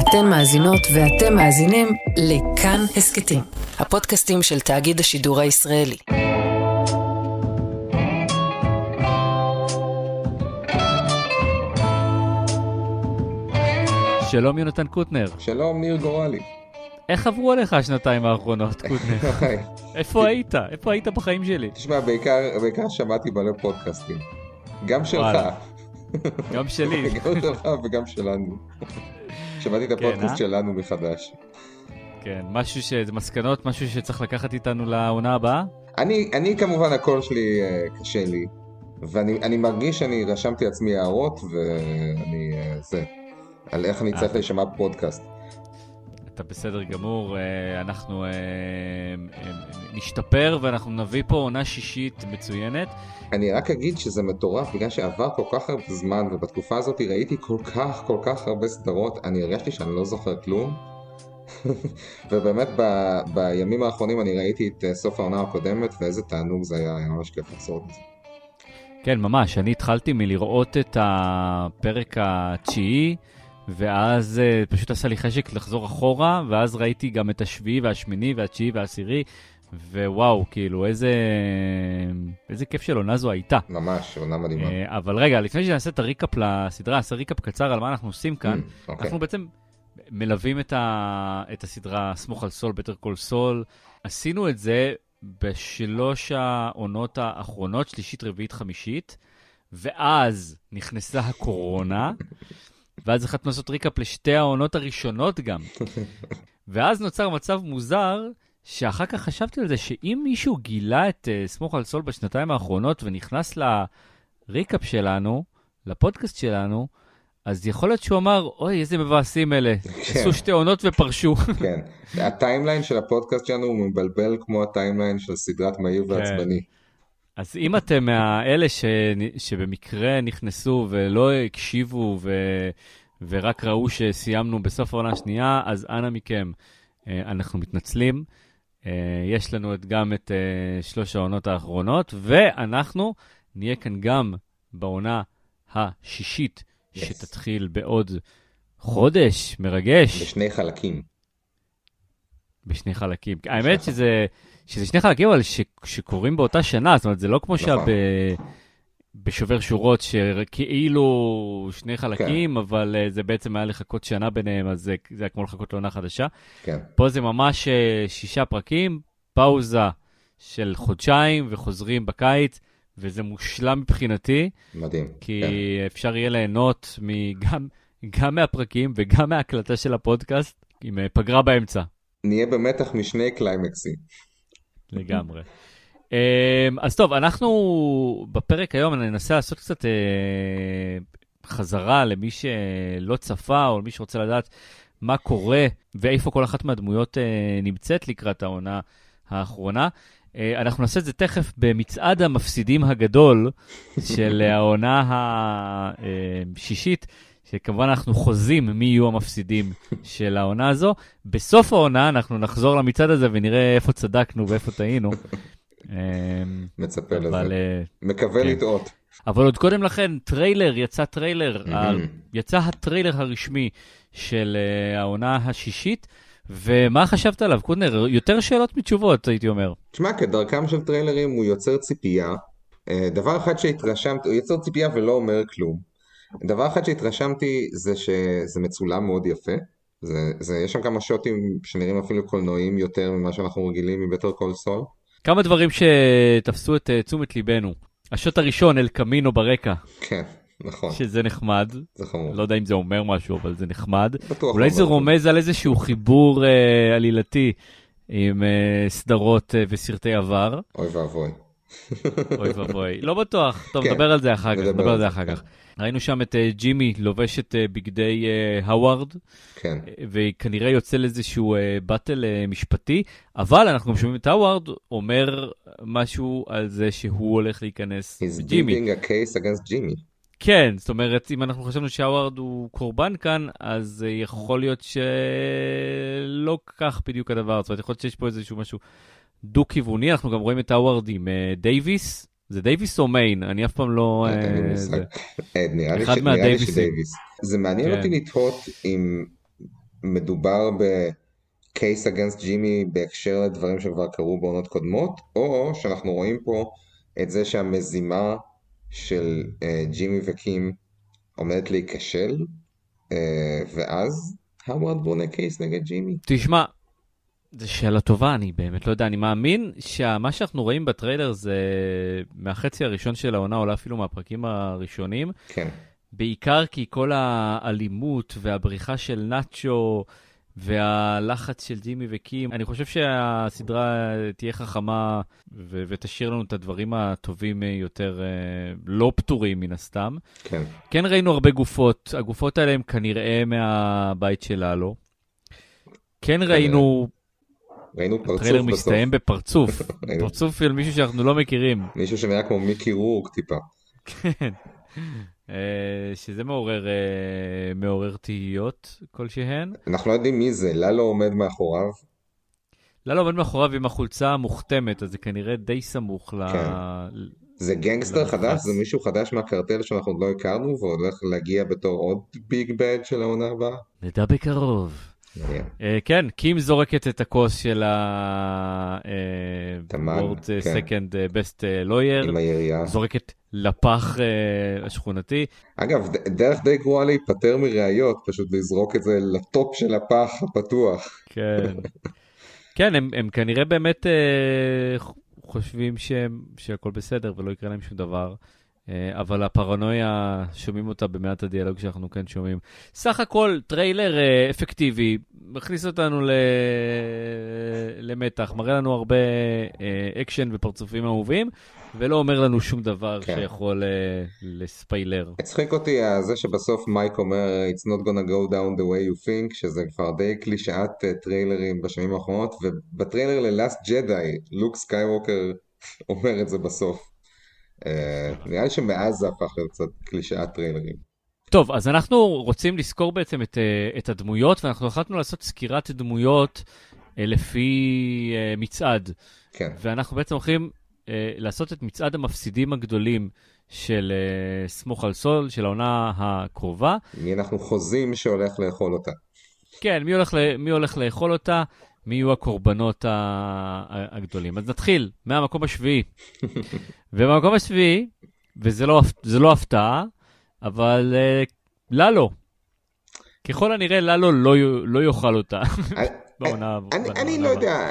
אתן מאזינות ואתם מאזינים לכאן הסקטים, הפודקאסטים של תאגיד השידור הישראלי. שלום יונתן קוטנר. שלום ניר גורלי. איך עברו עליך השנתיים האחרונות, קוטנר? איפה היית? איפה היית בחיים שלי? תשמע, בעיקר שמעתי מלא פודקאסטים. גם שלך. גם שלי. גם שלך וגם שלנו. שמעתי את הפודקאסט שלנו מחדש. כן, זה מסקנות, משהו שצריך לקחת איתנו לעונה הבאה? אני כמובן הקול שלי קשה לי, ואני מרגיש שאני רשמתי עצמי הערות, ואני על איך אני צריך לשמע פודקאסט. אתה בסדר גמור, אנחנו נשתפר ואנחנו נביא פה עונה שישית מצוינת. אני רק אגיד שזה מטורף, בגלל שעבר כל כך הרבה זמן, ובתקופה הזאת ראיתי כל כך הרבה סדרות, אני הרגשתי שאני לא זוכר כלום. ובאמת בימים האחרונים אני ראיתי את סוף העונה הקודמת, ואיזה תענוג זה היה ממש כיף לחזור את זה. כן, ממש, אני התחלתי מלראות את הפרק התשיעי, ואז פשוט עשה לי חשק לחזור אחורה, ואז ראיתי גם את השביעי והשמיני והתשיעי והעשירי, ווואו, כאילו איזה כיף של עונה זו הייתה. ממש, עונה מדהימה. אבל רגע, לפני שנעשה את הריקאפ לסדרה, נעשה ריקאפ קצר על מה אנחנו עושים כאן. אנחנו בעצם מלווים את הסדרה סמוך על סול, בטר קול סול. עשינו את זה בשלוש העונות האחרונות, שלישית, רביעית, חמישית, ואז נכנסה הקורונה, ואז החלטנו לעשות ריקאפ לשתי העונות הראשונות גם. ואז נוצר מצב מוזר, שאחר כך חשבתי על זה, שאם מישהו גילה את סמוך על סול בשנתיים האחרונות, ונכנס לריקאפ שלנו, לפודקאסט שלנו, אז יכול להיות שהוא אמר, אוי, איזה מבאסים אלה, עשו שתי עונות ופרשו. כן, הטיימליין של הפודקאסט שלנו הוא מבלבל כמו הטיימליין של סדרת מהיר ועצבני. אז אם אתם מהאלה שבמקרה נכנסו ולא הקשיבו ורק ראו שסיימנו בסוף העונה השנייה, אז אנא מכם, אנחנו מתנצלים. יש לנו גם את שלוש העונות האחרונות, ואנחנו נהיה כאן גם בעונה השישית, שתתחיל בעוד חודש, מרגש. בשני חלקים. בשני חלקים. האמת שזה שני חלקים, אבל שקורים באותה שנה, זאת אומרת, זה לא כמו שבשובר שורות, שכאילו שני חלקים, אבל זה בעצם היה לחכות שנה ביניהם, אז זה היה כמו לחכות לעונה חדשה. כן. פה זה ממש 6 פרקים, פאוזה של חודשיים, וחוזרים בקיץ, וזה מושלם מבחינתי. מדהים. כי אפשר יהיה ליהנות גם מהפרקים, וגם מההקלטה של הפודקאסט, עם פגרה באמצע. נהיה במתח משני קליימקסים. לגמרי. אז טוב, אנחנו בפרק היום ננסה לעשות קצת חזרה למי שלא צפה, או למי שרוצה לדעת מה קורה, ואיפה כל אחת מהדמויות נמצאת לקראת העונה האחרונה. אנחנו נעשה את זה תכף במצעד המפסידים הגדול של העונה השישית, שכמובן אנחנו חוזים מי יהיו המפסידים של העונה הזו. בסוף העונה אנחנו נחזור למצעד הזה ונראה איפה צדקנו ואיפה טעינו. מצפה לזה. מקווה לטעות. אבל עוד קודם לכן, יצא טריילר, יצא הטריילר הרשמי של העונה השישית, ומה חשבת עליו, קוטנר? יותר שאלות מתשובות, הייתי אומר. תשמע, כדרכם של טריילרים הוא יוצר ציפייה. דבר אחד שהתרשמת, הוא יוצר ציפייה ולא אומר כלום. דבר אחד שהתרשמתי זה שזה מצולם מאוד יפה. יש שם כמה שוטים שנראים אפילו קולנועיים יותר ממה שאנחנו רגילים מבטר קול סול. כמה דברים שתפסו את תשומת ליבנו. השוט הראשון, אל קמינו ברקע. כן, נכון. שזה נחמד. זה חמור. לא יודע אם זה אומר משהו, אבל זה נחמד. אולי זה רומז על איזשהו חיבור עלילתי עם סדרות וסרטי עבר. אוי ואבוי. אוי ואבוי. לא בטוח. טוב, נדבר על זה אחר כך. ראינו שם את ג'ימי לובש את בגדי הווארד, כן. וכנראה יוצא לאיזשהו באטל משפטי, אבל אנחנו גם שומעים את הווארד אומר משהו על זה שהוא הולך להיכנס בג'ימי. He's building a case against Jimmy. כן, זאת אומרת, אם אנחנו חשבנו שהווארד הוא קורבן כאן, אז יכול להיות שלא כך בדיוק הדבר, זאת אומרת, יכול להיות שיש פה איזשהו משהו דו-כיווני, אנחנו גם רואים את הווארד עם דייביס, זה דייביס או מיין? אני אף פעם לא... נראה לי שדייביס. זה מעניין אותי לתהות אם מדובר בקייס אגנסט ג'ימי בהקשר לדברים שכבר קרו בעונות קודמות, או שאנחנו רואים פה את זה שהמזימה של ג'ימי וקים עומדת להיכשל, ואז הווארד בונה קייס נגד ג'ימי. תשמע, זו שאלה טובה, אני באמת לא יודע, אני מאמין שמה שאנחנו רואים בטריילר זה מהחצי הראשון של העונה, אולי אפילו מהפרקים הראשונים. כן. בעיקר כי כל האלימות והבריחה של נאצ'ו והלחץ של ג'ימי וקים, אני חושב שהסדרה תהיה חכמה ותשאיר לנו את הדברים הטובים יותר, לא פתורים מן הסתם. כן. כן ראינו הרבה גופות, הגופות האלה הם כנראה מהבית שלנו. כן ראינו פרצוף בסוף. הטריילר מסתיים בפרצוף. פרצוף של מישהו שאנחנו לא מכירים. מישהו שנראה כמו מיקי רורק טיפה. כן. שזה מעורר תהיות כלשהן. אנחנו לא יודעים מי זה, ללו עומד מאחוריו. ללו עומד מאחוריו עם החולצה המוכתמת, אז זה כנראה די סמוך כן. זה גנגסטר חדש? זה מישהו חדש מהקרטל שאנחנו עוד לא הכרנו, ועוד הולך להגיע בתור עוד ביג בד של העונה הבאה? נדע בקרוב. כן, קים זורקת את הכוס של ה-World Second Best Lawyer, זורקת לפח השכונתי. אגב, דרך די גרועה להיפטר מראיות, פשוט לזרוק את זה לטופ של הפח הפתוח. כן, כן, הם כנראה באמת חושבים שהכל בסדר ולא יקרה להם שום דבר. אבל הפרנויה, שומעים אותה במעט הדיאלוג שאנחנו כן שומעים. סך הכל, טריילר אפקטיבי, מכניס אותנו למתח, מראה לנו הרבה אקשן ופרצופים אהובים, ולא אומר לנו שום דבר שיכול לספיילר. הצחיק אותי זה שבסוף מייק אומר, It's not gonna go down the way you think, שזה כבר די קלישאת טריילרים בשנים האחרונות, ובטריילר ל-Last Jedi, לוק סקייווקר אומר את זה בסוף. נראה לי שמאז זה הפך להיות קצת קלישאת טריילרים. טוב, אז אנחנו רוצים לזכור בעצם את הדמויות, ואנחנו החלטנו לעשות סקירת דמויות לפי מצעד. כן. ואנחנו בעצם הולכים לעשות את מצעד המפסידים הגדולים של סמוך על סול, של העונה הקרובה. מי אנחנו חוזים שהולך לאכול אותה. כן, מי הולך לאכול אותה, מי יהיו הקורבנות הגדולים. אז נתחיל מהמקום השביעי. ובמקום השביעי, וזה לא הפתעה, אבל ללו. ככל הנראה ללו לא יאכל אותה. אני לא יודע,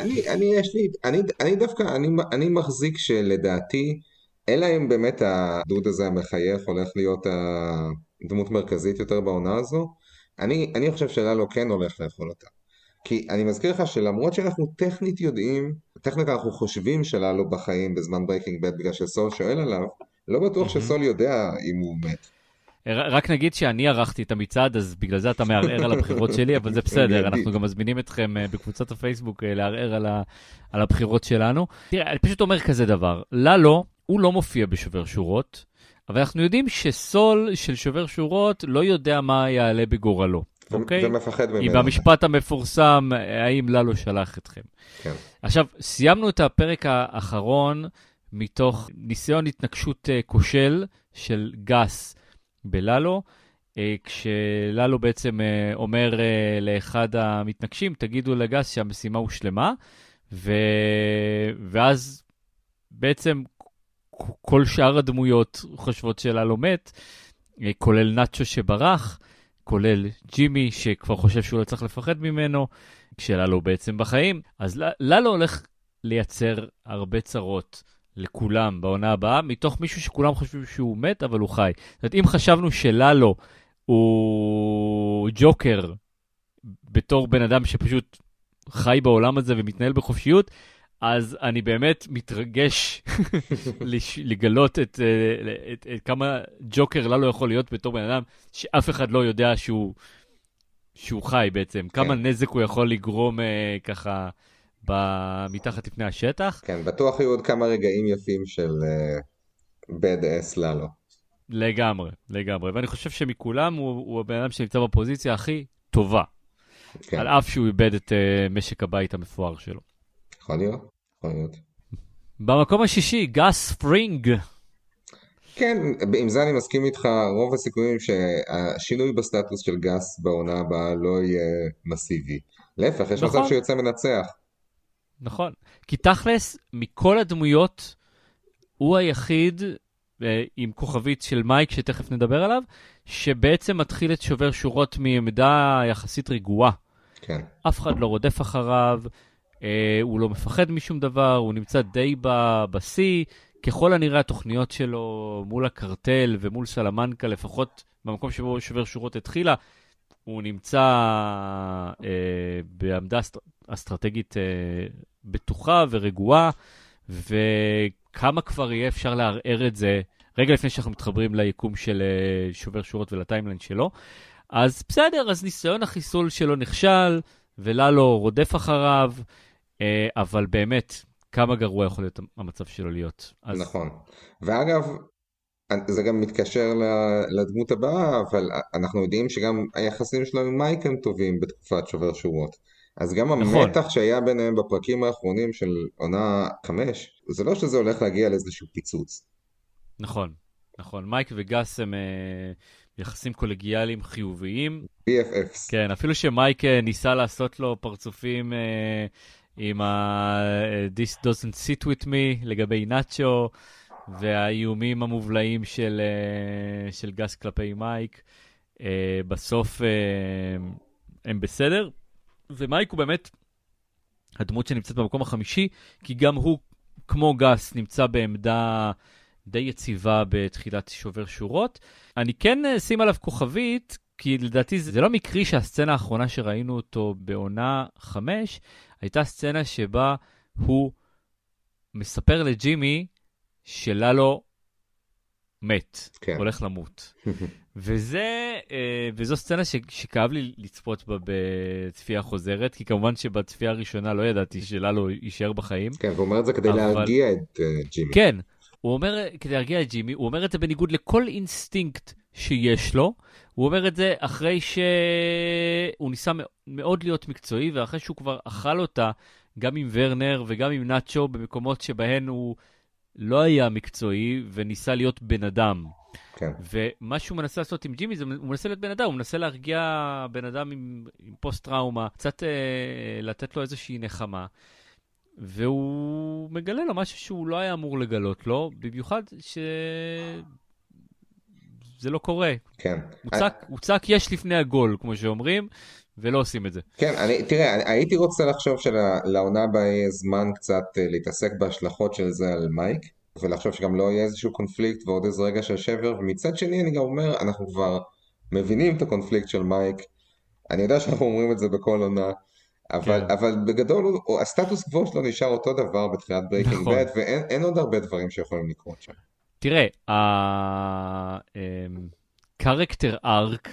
אני מחזיק שלדעתי, אלא אם באמת הדוד הזה המחייך הולך להיות הדמות מרכזית יותר בעונה הזו, אני חושב שללו כן הולך לאכול אותה. כי אני מזכיר לך שלמרות שאנחנו טכנית יודעים, טכנית אנחנו חושבים שללו בחיים בזמן ברייקינג בד בגלל שסול שואל עליו, לא בטוח שסול יודע אם הוא מת. רק נגיד שאני ערכתי את המצעד, אז בגלל זה אתה מערער על הבחירות שלי, אבל זה בסדר, אנחנו גם מזמינים אתכם בקבוצת הפייסבוק לערער על הבחירות שלנו. תראה, אני פשוט אומר כזה דבר, ללו, הוא לא מופיע בשובר שורות, אבל אנחנו יודעים שסול של שובר שורות לא יודע מה יעלה בגורלו. אוקיי? ומפחד ממנו. היא במשפט המפורסם, האם ללו שלח אתכם. כן. עכשיו, סיימנו את הפרק האחרון מתוך ניסיון התנגשות כושל של גס בללו, כשללו בעצם אומר לאחד המתנגשים, תגידו לגס שהמשימה הושלמה, ואז בעצם כל שאר הדמויות חושבות שללו מת, כולל נאצ'ו שברח, כולל ג'ימי שכבר חושב שהוא לא צריך לפחד ממנו, כשללו בעצם בחיים. אז ללו הולך לייצר הרבה צרות לכולם בעונה הבאה, מתוך מישהו שכולם חושבים שהוא מת, אבל הוא חי. זאת אומרת, אם חשבנו שללו הוא ג'וקר בתור בן אדם שפשוט חי בעולם הזה ומתנהל בחופשיות, אז אני באמת מתרגש לגלות את כמה ג'וקר ללו יכול להיות בתור בן אדם שאף אחד לא יודע שהוא חי בעצם. כמה נזק הוא יכול לגרום ככה מתחת לפני השטח. כן, בטוח היו עוד כמה רגעים יפים של בד אס ללו. לגמרי. ואני חושב שמכולם הוא הבן אדם שנמצא בפוזיציה הכי טובה. על אף שהוא איבד את משק הבית המפואר שלו. יכול להיות. במקום השישי, גס פרינג. כן, עם זה אני מסכים איתך, רוב הסיכויים שהשינוי בסטטוס של גס בעונה הבאה לא יהיה מסיבי. להפך, יש מצב נכון, שהוא יוצא מנצח. נכון. כי תכלס, מכל הדמויות, הוא היחיד, עם כוכבית של מייק, שתכף נדבר עליו, שבעצם מתחיל את שובר שורות מעמדה יחסית רגועה. כן. אף אחד לא רודף אחריו, הוא לא מפחד משום דבר, הוא נמצא די בשיא, ככל הנראה התוכניות שלו מול הקרטל ומול סלמנקה, לפחות במקום שבו שובר שורות התחילה, הוא נמצא בעמדה אסטרטגית בטוחה ורגועה, וכמה כבר יהיה אפשר לערער את זה, רגע לפני שאנחנו מתחברים ליקום של שובר שורות ולטיימליין שלו. אז בסדר, אז ניסיון החיסול שלו נכשל, וללו רודף אחריו, אבל באמת, כמה גרוע יכול להיות המצב שלו להיות. אז... נכון. ואגב, זה גם מתקשר לדמות הבאה, אבל אנחנו יודעים שגם היחסים שלנו עם מייק הם טובים בתקופת שובר שורות. אז גם נכון. המתח שהיה ביניהם בפרקים האחרונים של עונה 5, זה לא שזה הולך להגיע לאיזשהו פיצוץ. נכון, נכון. מייק וגס הם יחסים קולגיאליים חיוביים. BFFs. כן, אפילו שמייק ניסה לעשות לו פרצופים עם This doesn't sit with me לגבי נאצ'ו, והאיומים המובלעים של גס כלפי מייק, בסוף הם בסדר. ומייק הוא באמת הדמות שנמצאת במקום החמישי, כי גם הוא, כמו גס, נמצא בעמדה די יציבה בתחילת שובר שורות. אני כן שים עליו כוכבית, כי לדעתי זה לא מקרי שהסצנה האחרונה שראינו אותו בעונה 5, הייתה סצנה שבה הוא מספר לג'ימי שללו מת, כן. הולך למות. וזו סצנה שכאב לי לצפות בה בצפייה חוזרת, כי כמובן שבצפייה הראשונה לא ידעתי שללו יישאר בחיים. כן, והוא אומר את זה כדי להרגיע את ג'ימי. כן, הוא אומר כדי להרגיע את ג'ימי, הוא אומר את זה בניגוד לכל אינסטינקט שיש לו, הוא אומר את זה אחרי שהוא ניסה מאוד להיות מקצועי, ואחרי שהוא כבר אכל אותה, גם עם ורנר וגם עם נאצ'ו, במקומות שבהן הוא לא היה מקצועי, וניסה להיות בן אדם. כן. ומה שהוא מנסה לעשות עם ג'ימי, הוא מנסה להיות בן אדם, הוא מנסה להרגיע בן אדם עם פוסט-טראומה, קצת לתת לו איזושהי נחמה, והוא מגלה לו משהו שהוא לא היה אמור לגלות לו, במיוחד זה לא קורה. כן. הוא צעק יש לפני הגול, כמו שאומרים, ולא עושים את זה. כן, תראה, הייתי רוצה לחשוב שלעונה הבאה יהיה זמן קצת להתעסק בהשלכות של זה על מייק, ולחשוב שגם לא יהיה איזשהו קונפליקט ועוד איזה רגע של שבר, ומצד שני אני גם אומר, אנחנו כבר מבינים את הקונפליקט של מייק, אני יודע שאנחנו אומרים את זה בכל עונה, אבל בגדול הסטטוס קוו שלו נשאר אותו דבר בתחילת ברייקינג בד, ואין עוד הרבה דברים שיכולים לקרות שם. תראה, הקרקטר ארק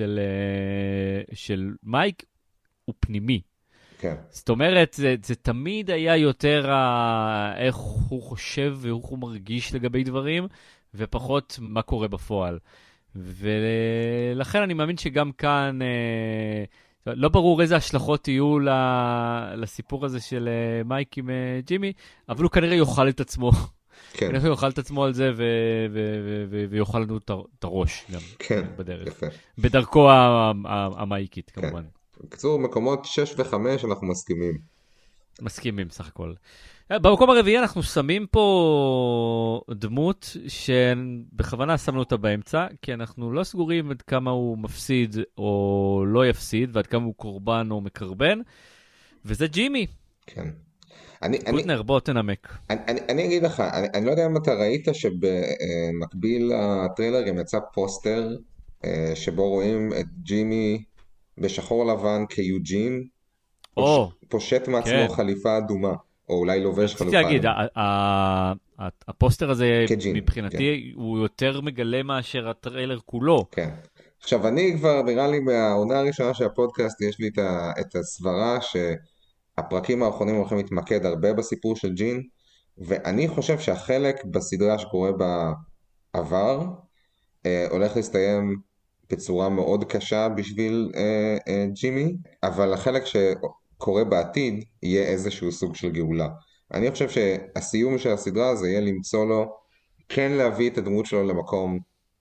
של מייק הוא פנימי. כן. זאת אומרת, זה תמיד היה יותר איך הוא חושב ואיך הוא מרגיש לגבי דברים, ופחות מה קורה בפועל. ולכן אני מאמין שגם כאן, לא ברור איזה השלכות יהיו לסיפור הזה של מייק עם ג'ימי, אבל הוא כנראה יאכל את עצמו. כן. כנראה יאכל את עצמו על זה ויאכל לנו את הראש גם בדרך. יפה. בדרכו המייקית כמובן. בקיצור, מקומות 6 ו-5 אנחנו מסכימים. מסכימים סך הכל. במקום הרביעי אנחנו שמים פה דמות שבכוונה שמנו אותה באמצע, כי אנחנו לא סגורים עד כמה הוא מפסיד או לא יפסיד, ועד כמה הוא קורבן או מקרבן, וזה ג'ימי. כן. קוטנר, בוא תנמק. אני אגיד לך, אני לא יודע אם אתה ראית שבמקביל לטריילר גם יצא פוסטר, שבו רואים את ג'ימי בשחור לבן כיוג'ין, פושט מעצמו חליפה אדומה, או אולי לובש חליפה. רציתי להגיד, הפוסטר הזה מבחינתי הוא יותר מגלה מאשר הטריילר כולו. כן. עכשיו אני כבר נראה לי מהעונה הראשונה של הפודקאסט יש לי את הסברה שהפרקים האחרונים הולכים להתמקד הרבה בסיפור של ג'ין, ואני חושב שהחלק בסדרה שקורה בעבר הולך להסתיים בצורה מאוד קשה בשביל ג'ימי, אבל החלק שקורה בעתיד יהיה איזשהו סוג של גאולה. אני חושב שהסיום של הסדרה הזה יהיה למצוא לו כן להביא את הדמות שלו למקום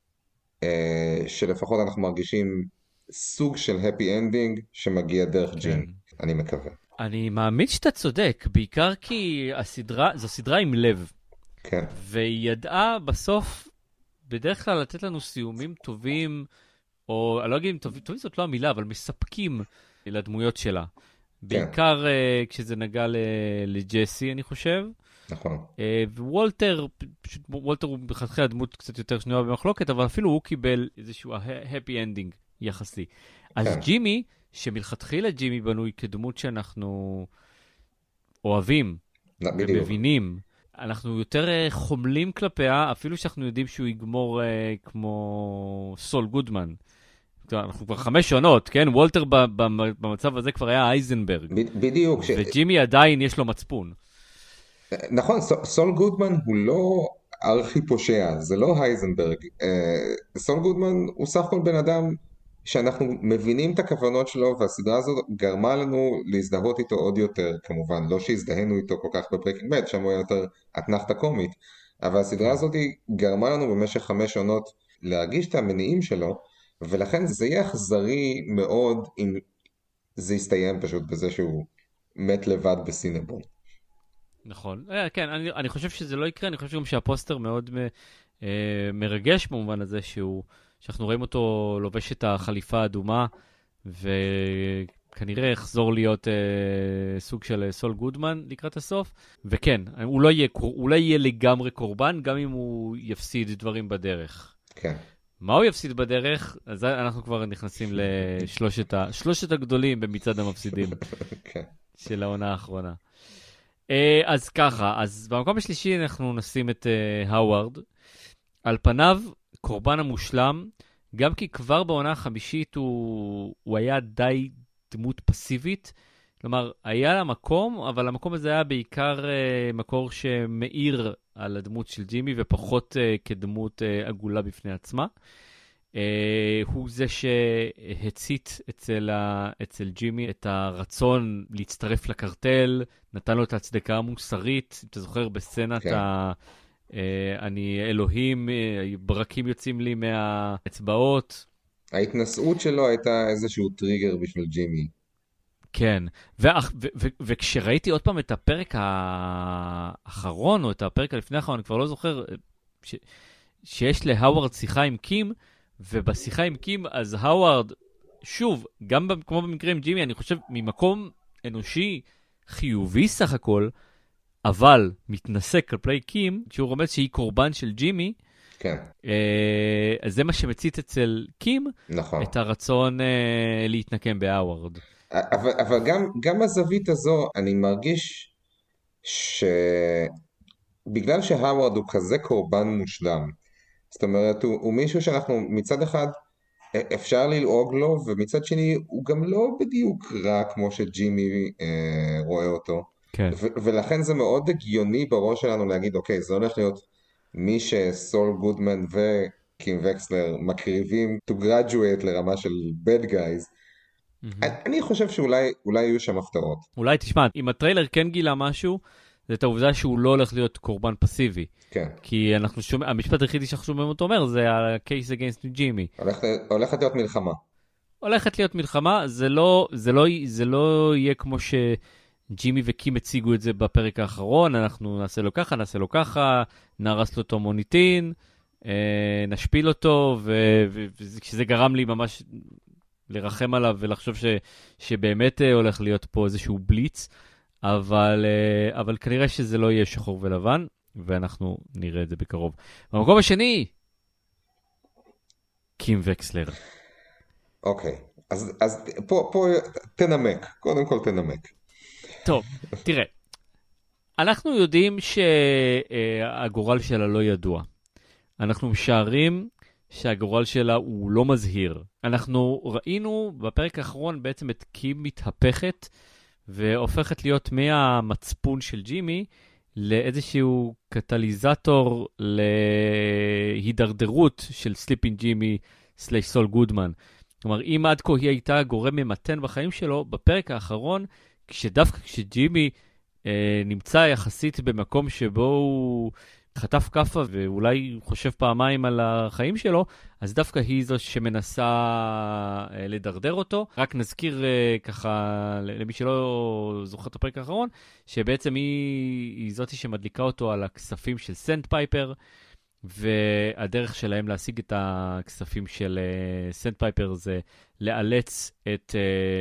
שלפחות אנחנו מרגישים סוג של happy ending שמגיע דרך כן. ג'ין, אני מקווה. אני מאמין שאתה צודק, בעיקר כי זו סדרה עם לב. כן. והיא ידעה בסוף, בדרך כלל לתת לנו סיומים טובים, או אני לא אגיד אם טובים זאת לא המילה, אבל מספקים לדמויות שלה. בעיקר כשזה נגע לג'סי, אני חושב. נכון. ווולטר, פשוט וולטר הוא בכלל הדמות קצת יותר שנויה במחלוקת, אבל אפילו הוא קיבל איזשהו happy ending יחסי. אז ג'ימי, שמלכתחילה ג'ימי בנוי כדמות שאנחנו אוהבים ומבינים, אנחנו יותר חומלים כלפיה, אפילו שאנחנו יודעים שהוא יגמור כמו סול גודמן. אנחנו כבר 5 עונות, כן? וולטר במצב הזה כבר היה אייזנברג. בדיוק. וג'ימי עדיין יש לו מצפון. נכון, סול גודמן הוא לא ארכי פושע, זה לא הייזנברג. סול גודמן הוא סך הכל בן אדם שאנחנו מבינים את הכוונות שלו, והסדרה הזאת גרמה לנו להזדהות איתו עוד יותר, כמובן. לא שהזדהינו איתו כל כך בברקינג בד, שם הוא היה יותר אתנחתה קומית, אבל הסדרה הזאת גרמה לנו במשך 5 עונות להרגיש את המניעים שלו, ולכן זה יהיה אכזרי מאוד אם זה יסתיים פשוט בזה שהוא מת לבד בסינבון. נכון, כן, אני חושב שזה לא יקרה, אני חושב גם שהפוסטר מאוד מרגש במובן הזה שאנחנו רואים אותו לובש את החליפה האדומה, וכנראה יחזור להיות סוג של סול גודמן לקראת הסוף, וכן, הוא לא יהיה לגמרי קורבן, גם אם הוא יפסיד דברים בדרך. כן. מה הוא יפסיד בדרך? אז אנחנו כבר נכנסים לשלושת הגדולים במצעד המפסידים של העונה האחרונה. אז ככה, אז במקום השלישי אנחנו נשים את האווארד. על פניו, קורבן המושלם, גם כי כבר בעונה החמישית הוא היה די דמות פסיבית. כלומר, היה לה מקום, אבל המקום הזה היה בעיקר מקור שמאיר על הדמות של ג'ימי, ופחות כדמות עגולה בפני עצמה. הוא זה שהצית אצל ג'ימי את הרצון להצטרף לקרטל, נתן לו את ההצדקה המוסרית, אם אתה זוכר בסצנת אני אלוהים, ברקים יוצאים לי מהאצבעות. ההתנסות שלו הייתה איזשהו טריגר בשביל ג'ימי. כן, וכשראיתי עוד פעם את הפרק האחרון, או את הפרק הלפני האחרון, אני כבר לא זוכר, שיש להאווארד שיחה עם קים, ובשיחה עם קים, אז האווארד, שוב, גם כמו במקרה עם ג'ימי, אני חושב, ממקום אנושי חיובי סך הכל, אבל מתנסק כלפי קים, כשהוא רומז שהיא קורבן של ג'ימי, כן. אז זה מה שמצית אצל קים, נכון. את הרצון להתנקם בהאווארד. אבל גם הזווית הזו, אני מרגיש שבגלל שהאווארד הוא כזה קורבן מושלם, זאת אומרת, הוא מישהו שאנחנו מצד אחד אפשר ללעוג לו, ומצד שני הוא גם לא בדיוק רע כמו שג'ימי רואה אותו. כן. ולכן זה מאוד הגיוני בראש שלנו להגיד, אוקיי, זה הולך להיות מי שסול גודמן וקים וקסלר מקריבים to graduate לרמה של bad guys. אני חושב שאולי יהיו שם הפתעות. אולי תשמע, אם הטריילר כן גילה משהו, זה את העובדה שהוא לא הולך להיות קורבן פסיבי. כן. כי המשפט היחידי שאנחנו שומעים אותו אומר, זה ה-case against Jimmy. הולכת להיות מלחמה. הולכת להיות מלחמה, זה לא יהיה כמו שג'ימי וקים הציגו את זה בפרק האחרון, אנחנו נעשה לו ככה, נהרס לו אותו מוניטין, נשפיל אותו, וכשזה גרם לי ממש לרחם עליו ולחשוב שבאמת הולך להיות פה איזשהו בליץ, אבל כנראה שזה לא יהיה שחור ולבן, ואנחנו נראה את זה בקרוב. במקום השני, קים וקסלר. אוקיי, אז פה תנמק, קודם כל תנמק. טוב, תראה, אנחנו יודעים שהגורל שלה לא ידוע. אנחנו משערים שהגורל שלה הוא לא מזהיר. אנחנו ראינו בפרק האחרון בעצם את קים מתהפכת, והופכת להיות מהמצפון של ג'ימי לאיזשהו קטליזטור להידרדרות של סליפינג ג'ימי סלש סול גודמן. כלומר, אם עד כה היא הייתה גורם ממתן בחיים שלו, בפרק האחרון, דווקא כשג'ימי נמצא יחסית במקום שבו הוא חטף כפה ואולי חושב פעמיים על החיים שלו, אז דווקא היא זו שמנסה לדרדר אותו. רק נזכיר ככה, למי שלא זוכר את הפרק האחרון, שבעצם היא זאת שמדליקה אותו על הכספים של סנד פייפר, והדרך שלהם להשיג את הכספים של סנד פייפר זה לאלץ את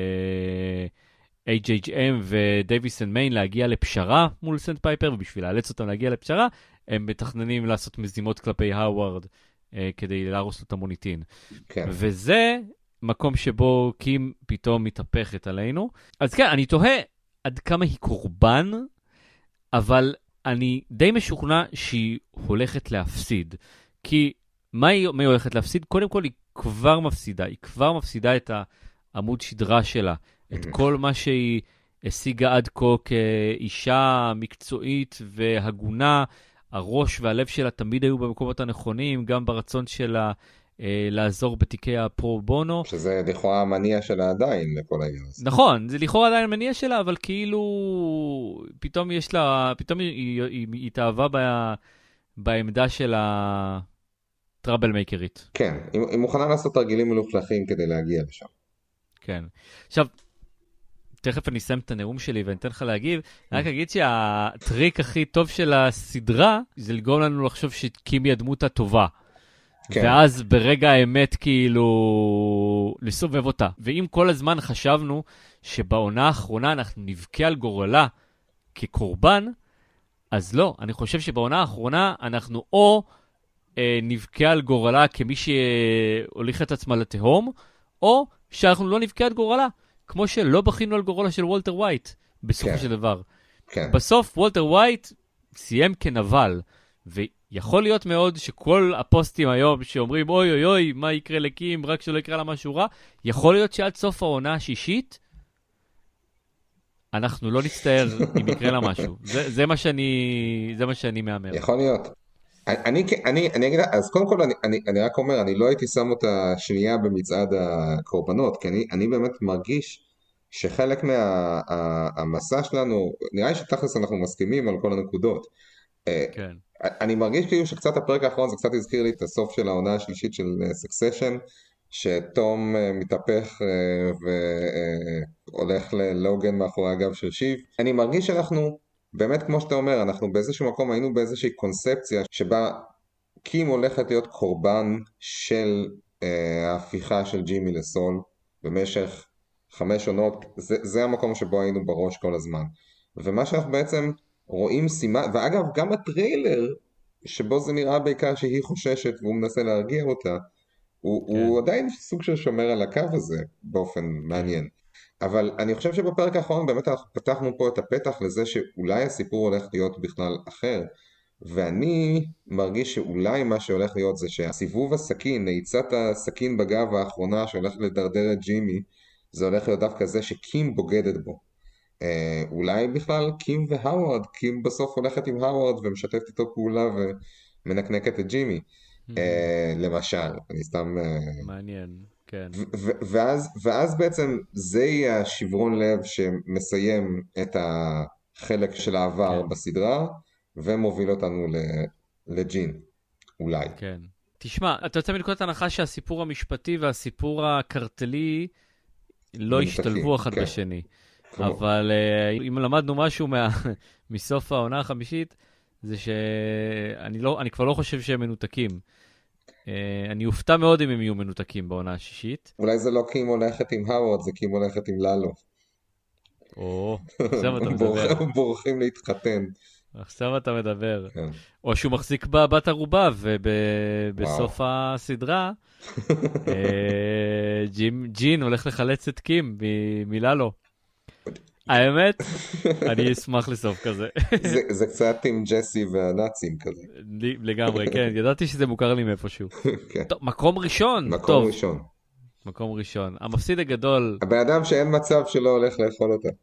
HHM ודייוויסון מיין להגיע לפשרה מול סנד פייפר, ובשביל לאלץ אותם להגיע לפשרה, הם מתכננים לעשות מזימות כלפי האוורד כדי להרוס לו את המוניטין. כן. וזה מקום שבו קים פתאום מתהפכת עלינו. אז כן, אני תוהה עד כמה היא קורבן, אבל אני די משוכנע שהיא הולכת להפסיד. כי מה היא הולכת להפסיד? קודם כל היא כבר מפסידה. היא כבר מפסידה את העמוד שדרה שלה. את כל מה שהיא השיגה עד כה כאישה מקצועית והגונה. הראש והלב שלה תמיד היו במקומות הנכונים, גם ברצון שלה לעזור בתיקי הפרו בונו. שזה לכאורה המניע שלה עדיין לכל העניין הזה. נכון, זה לכאורה עדיין המניע שלה, אבל כאילו פתאום יש לה, פתאום היא התאהבה בעמדה של הטראבל מייקרית. כן, היא מוכנה לעשות תרגילים מלוכלכים כדי להגיע לשם. כן. עכשיו, תכף אני אסיים את הנאום שלי ואני אתן לך להגיב. אני רק אגיד שהטריק הכי טוב של הסדרה זה לגרום לנו לחשוב שקים היא הדמות הטובה. כן. ואז ברגע האמת כאילו לסובב אותה. ואם כל הזמן חשבנו שבעונה האחרונה אנחנו נבכה על גורלה כקורבן, אז לא. אני חושב שבעונה האחרונה אנחנו או נבכה על גורלה כמי שהוליך את עצמה לתהום, או שאנחנו לא נבכה על גורלה. כמו שלא בכינו על גורלה של וולטר ווייט, בסופו של דבר. בסוף וולטר ווייט סיים כנבל, ויכול להיות מאוד שכל הפוסטים היום שאומרים, אוי אוי אוי, מה יקרה לקים, רק שלא יקרה לה משהו רע, יכול להיות שעד סוף העונה השישית, אנחנו לא נצטער אם יקרה לה משהו. זה מה שאני מאמר. יכול להיות. אני אגיד, אז קודם כל אני רק אומר, אני לא הייתי שם אותה שנייה במצעד הקורבנות, כי אני באמת מרגיש שחלק מהמסע שלנו, נראה לי שתכלס אנחנו מסכימים על כל הנקודות. כן. אני מרגיש כאילו שקצת הפרק האחרון זה קצת הזכיר לי את הסוף של העונה השלישית של סקסשן, שתום מתהפך והולך ללוגן מאחורי הגב של שיב. אני מרגיש שאנחנו באמת, כמו שאתה אומר, אנחנו באיזשהו מקום היינו באיזושהי קונספציה שבה קים הולכת להיות קורבן של ההפיכה של ג'ימי לסול במשך 5 עונות. זה המקום שבו היינו בראש כל הזמן. ומה שאנחנו בעצם רואים סימן, ואגב גם הטריילר שבו זה נראה בעיקר שהיא חוששת והוא מנסה להרגיע אותה, הוא עדיין סוג של שומר על הקו הזה באופן מעניין. אבל אני חושב שבפרק האחרון באמת אנחנו פתחנו פה את הפתח לזה שאולי הסיפור הולך להיות בכלל אחר, ואני מרגיש שאולי מה שהולך להיות זה שהסיבוב הסכין, נעיצת הסכין בגב האחרונה שהולך לדרדר את ג'ימי, זה הולך להיות דווקא זה שקים בוגדת בו. אולי בכלל קים והאוורד, קים בסוף הולכת עם האוורד ומשתפת איתו פעולה ומנקנקת את ג'ימי. למשל, אני סתם... מעניין. כן. ואז בעצם זה יהיה השברון לב שמסיים את החלק של העבר בסדרה, ומוביל אותנו לג'ין, אולי. כן. תשמע, אתה יוצא מנקודת הנחה שהסיפור המשפטי והסיפור הקרטלי לא השתלבו אחד בשני. אבל אם למדנו משהו מסוף העונה החמישית, זה שאני כבר לא חושב שהם מנותקים. אני אופתע מאוד אם הם יהיו מנותקים בעונה השישית. אולי זה לא קים הולכת עם האוורד, זה קים הולכת עם ללו. עכשיו אתה מדבר. הם בורחים להתחתן. עכשיו אתה מדבר. או שהוא מחזיק בבת ערובה, ובסוף הסדרה, ג'ין הולך לחלץ את קים מללו. האמת, אני אשמח לסוף כזה. זה קצת עם ג'סי והנאצים כזה. לגמרי, כן. ידעתי שזה מוכר לי מאיפשהו. מקום ראשון. מקום ראשון. המפסיד הגדול. הבן אדם שאין מצב שלא הולך לאכול אותה.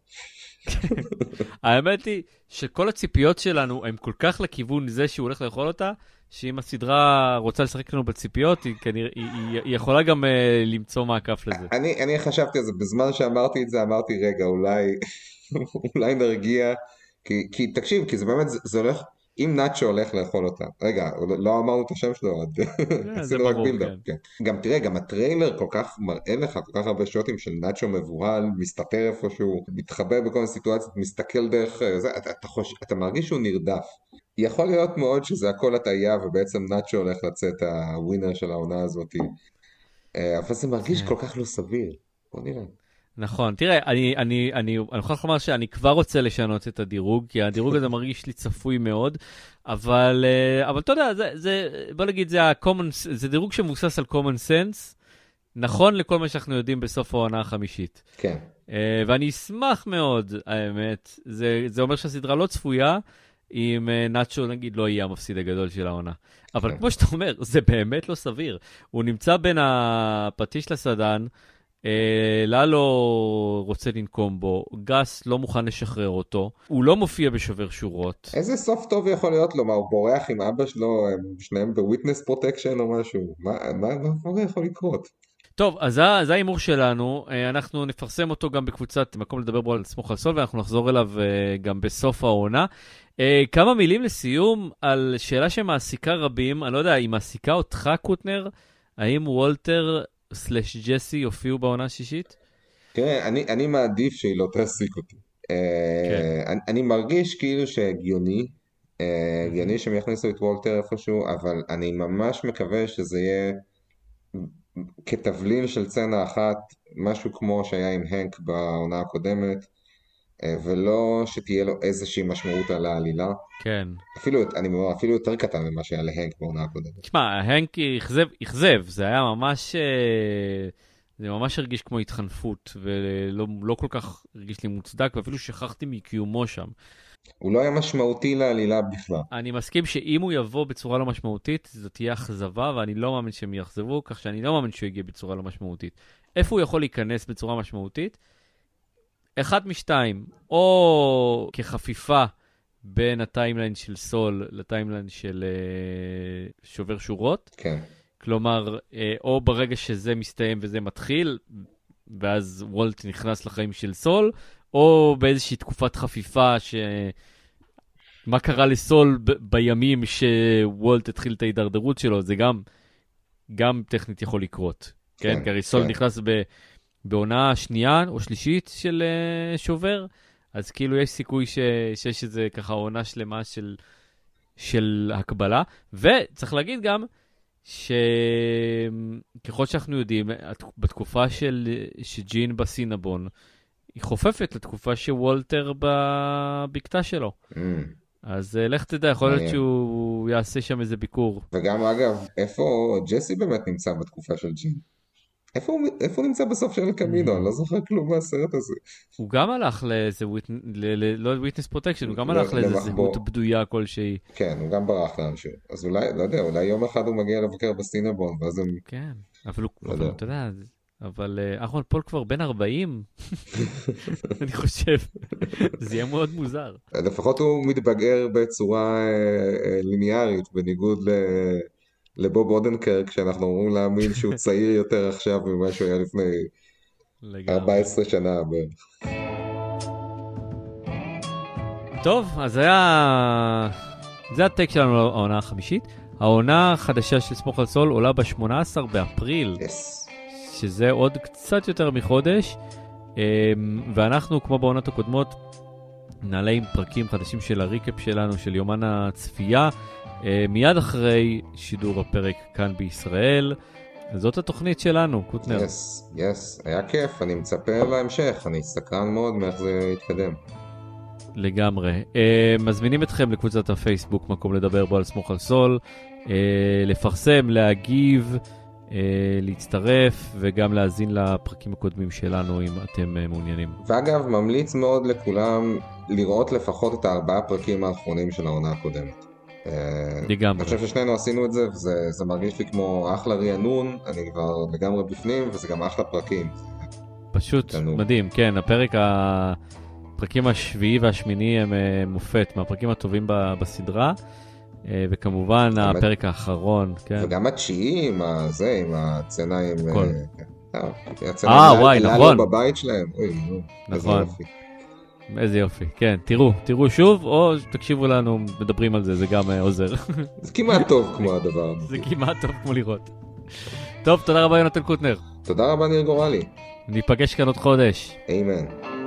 האמת היא שכל הציפיות שלנו הם כל כך לכיוון זה שהוא הולך לאכול אותה, שאם הסדרה רוצה לשחק לנו בציפיות, היא יכולה גם למצוא מעקף לזה. אני חשבתי על זה, בזמן שאמרתי את זה, אמרתי, רגע, אולי נרגיע, כי תקשיב, כי זה באמת, אם נאצ'ו הולך לאכול אותה, רגע, לא אמרנו את השם שלו, עשינו רק בילדר. גם תראה, גם הטריילר כל כך מראה לך, כל כך הרבה שוטים של נאצ'ו מבוהל, מסתתר איפשהו, מתחבא בכל מיני סיטואציות, מסתכל דרך זה, אתה מרגיש שהוא נרדף. יכול להיות מאוד שזה הכל הטעיה, ובעצם נאצ'ו הולך לצאת הווינר של העונה הזאת, אבל זה מרגיש כל כך לא סביר. בוא נראה. נכון, תראה, אני יכול לומר שאני כבר רוצה לשנות את הדירוג, כי הדירוג הזה מרגיש לי צפוי מאוד, אבל אתה יודע, בוא נגיד, זה דירוג שמבוסס על common sense, נכון לכל מה שאנחנו יודעים בסוף העונה החמישית. כן. ואני אשמח מאוד, האמת, זה אומר שהסדרה לא צפויה, אם נאצ'ו, נגיד, לא יהיה המפסיד הגדול של העונה. אבל כמו שאתה אומר, זה באמת לא סביר. הוא נמצא בין הפטיש לסדן, ללו רוצה לנקום בו, גס לא מוכן לשחרר אותו, הוא לא מופיע בשובר שורות. איזה סוף טוב יכול להיות לו? מה, הוא בורח עם אבא שלו, שניהם בוויטנס פרוטקשן או משהו? מה יכול לקרות? טוב, אז זה האימור שלנו, אנחנו נפרסם אותו גם בקבוצת מקום לדבר בו על סמוך על סול, ואנחנו נחזור אליו גם בסוף העונה. כמה מילים לסיום על שאלה שמעסיקה רבים, אני לא יודע, היא מעסיקה אותך קוטנר, האם וולטר / ג'סי יופיעו בעונה השישית? תראה, אני מעדיף שהיא לא תעסיק אותי. אני מרגיש כאילו שהגיוני, הגיוני שהם יכניסו את וולטר איפשהו, אבל אני ממש מקווה שזה יהיה כתבלין של צנה אחת, משהו כמו שהיה עם הנק בעונה הקודמת, ולא שתהיה לו איזושהי משמעות על העלילה. כן. אפילו יותר קטן ממה שהיה להנק בעונה הקודמת. תשמע, הנק אכזב, זה היה ממש, זה ממש הרגיש כמו התחנפות, ולא כל כך הרגיש לי מוצדק, ואפילו שכחתי מקיומו שם. הוא לא היה משמעותי לעלילה בכלל. אני מסכים שאם הוא יבוא בצורה לא משמעותית, זאת תהיה אכזבה, ואני לא מאמין שהם יחזבו, כך שאני לא מאמין שהוא יגיע בצורה לא משמעותית. איפה הוא יכול להיכנס בצורה משמעותית? אחד משתיים, או כחפיפה בין הטיימליין של סול לטיימליין של שובר שורות. כן. כלומר, או ברגע שזה מסתיים וזה מתחיל, ואז וולט נכנס לחיים של סול, או באיזושהי תקופת חפיפה מה קרה לסול בימים שוולט התחיל את ההידרדרות שלו, זה גם טכנית יכול לקרות. כן? כי הרי סול נכנס בעונה שנייה או שלישית של שובר, אז כאילו יש סיכוי שיש איזה ככה עונה שלמה של הקבלה, וצריך להגיד גם שככל שאנחנו יודעים, בתקופה שג'ין בסינבון, היא חופפת לתקופה שוולטר בבקתה שלו. אז לך תדע, יכול להיות שהוא יעשה שם איזה ביקור. וגם אגב, איפה ג'סי באמת נמצא בתקופה של ג'ין? איפה הוא נמצא בסוף של הקמינו? אני לא זוכר כלום מהסרט הזה. הוא גם הלך לאיזה, לא וויטנס פרוטקשן, הוא גם הלך לאיזה זהות בדויה כלשהי. כן, הוא גם ברח לאנשהו. אז אולי, לא יודע, אולי יום אחד הוא מגיע לבקר בסינבון, ואז הם... כן, אבל אתה יודע, אבל אחמד פול כבר בן 40, אני חושב, זה יהיה מאוד מוזר. לפחות הוא מתבגר בצורה ליניארית, בניגוד לבוב אודנקרק, שאנחנו אמורים להאמין שהוא צעיר יותר עכשיו ממה שהוא היה לפני 14 שנה בערך. טוב, אז זה הטייק שלנו לעונה החמישית. העונה החדשה של סמוך על סול עולה ב-18 באפריל. שזה עוד קצת יותר מחודש, ואנחנו, כמו בעונות הקודמות, נעלה עם פרקים חדשים של הריקאפ שלנו, של יומן הצפייה, מיד אחרי שידור הפרק כאן בישראל. זאת התוכנית שלנו, קוטנר. יס, היה כיף, אני מצפה להמשך, אני סקרן מאוד מאיך זה יתקדם. לגמרי. מזמינים אתכם לקבוצת הפייסבוק, מקום לדבר בו על סמוך על סול, לפרסם, להגיב, להצטרף וגם להאזין לפרקים הקודמים שלנו אם אתם מעוניינים. ואגב, ממליץ מאוד לכולם לראות לפחות את 4 פרקים האחרונים של העונה הקודמת. לגמרי. אני חושב ששנינו עשינו את זה, וזה מרגיש לי כמו אחלה רענון, אני כבר לגמרי בפנים, וזה גם אחלה פרקים. פשוט מדהים, כן, הפרקים השביעי והשמיני הם מופת, מהפרקים הטובים בסדרה. וכמובן הפרק האחרון, כן. וגם התשיעי עם הצנה עם... וואי, נכון. בבית שלהם. נכון. איזה יופי, כן, תראו שוב, או תקשיבו לנו, מדברים על זה, זה גם עוזר. זה כמעט טוב כמו הדבר. זה כמעט טוב כמו לראות. טוב, תודה רבה יונתן קוטנר. תודה רבה ניר גורלי. ניפגש כאן עוד חודש. אמן.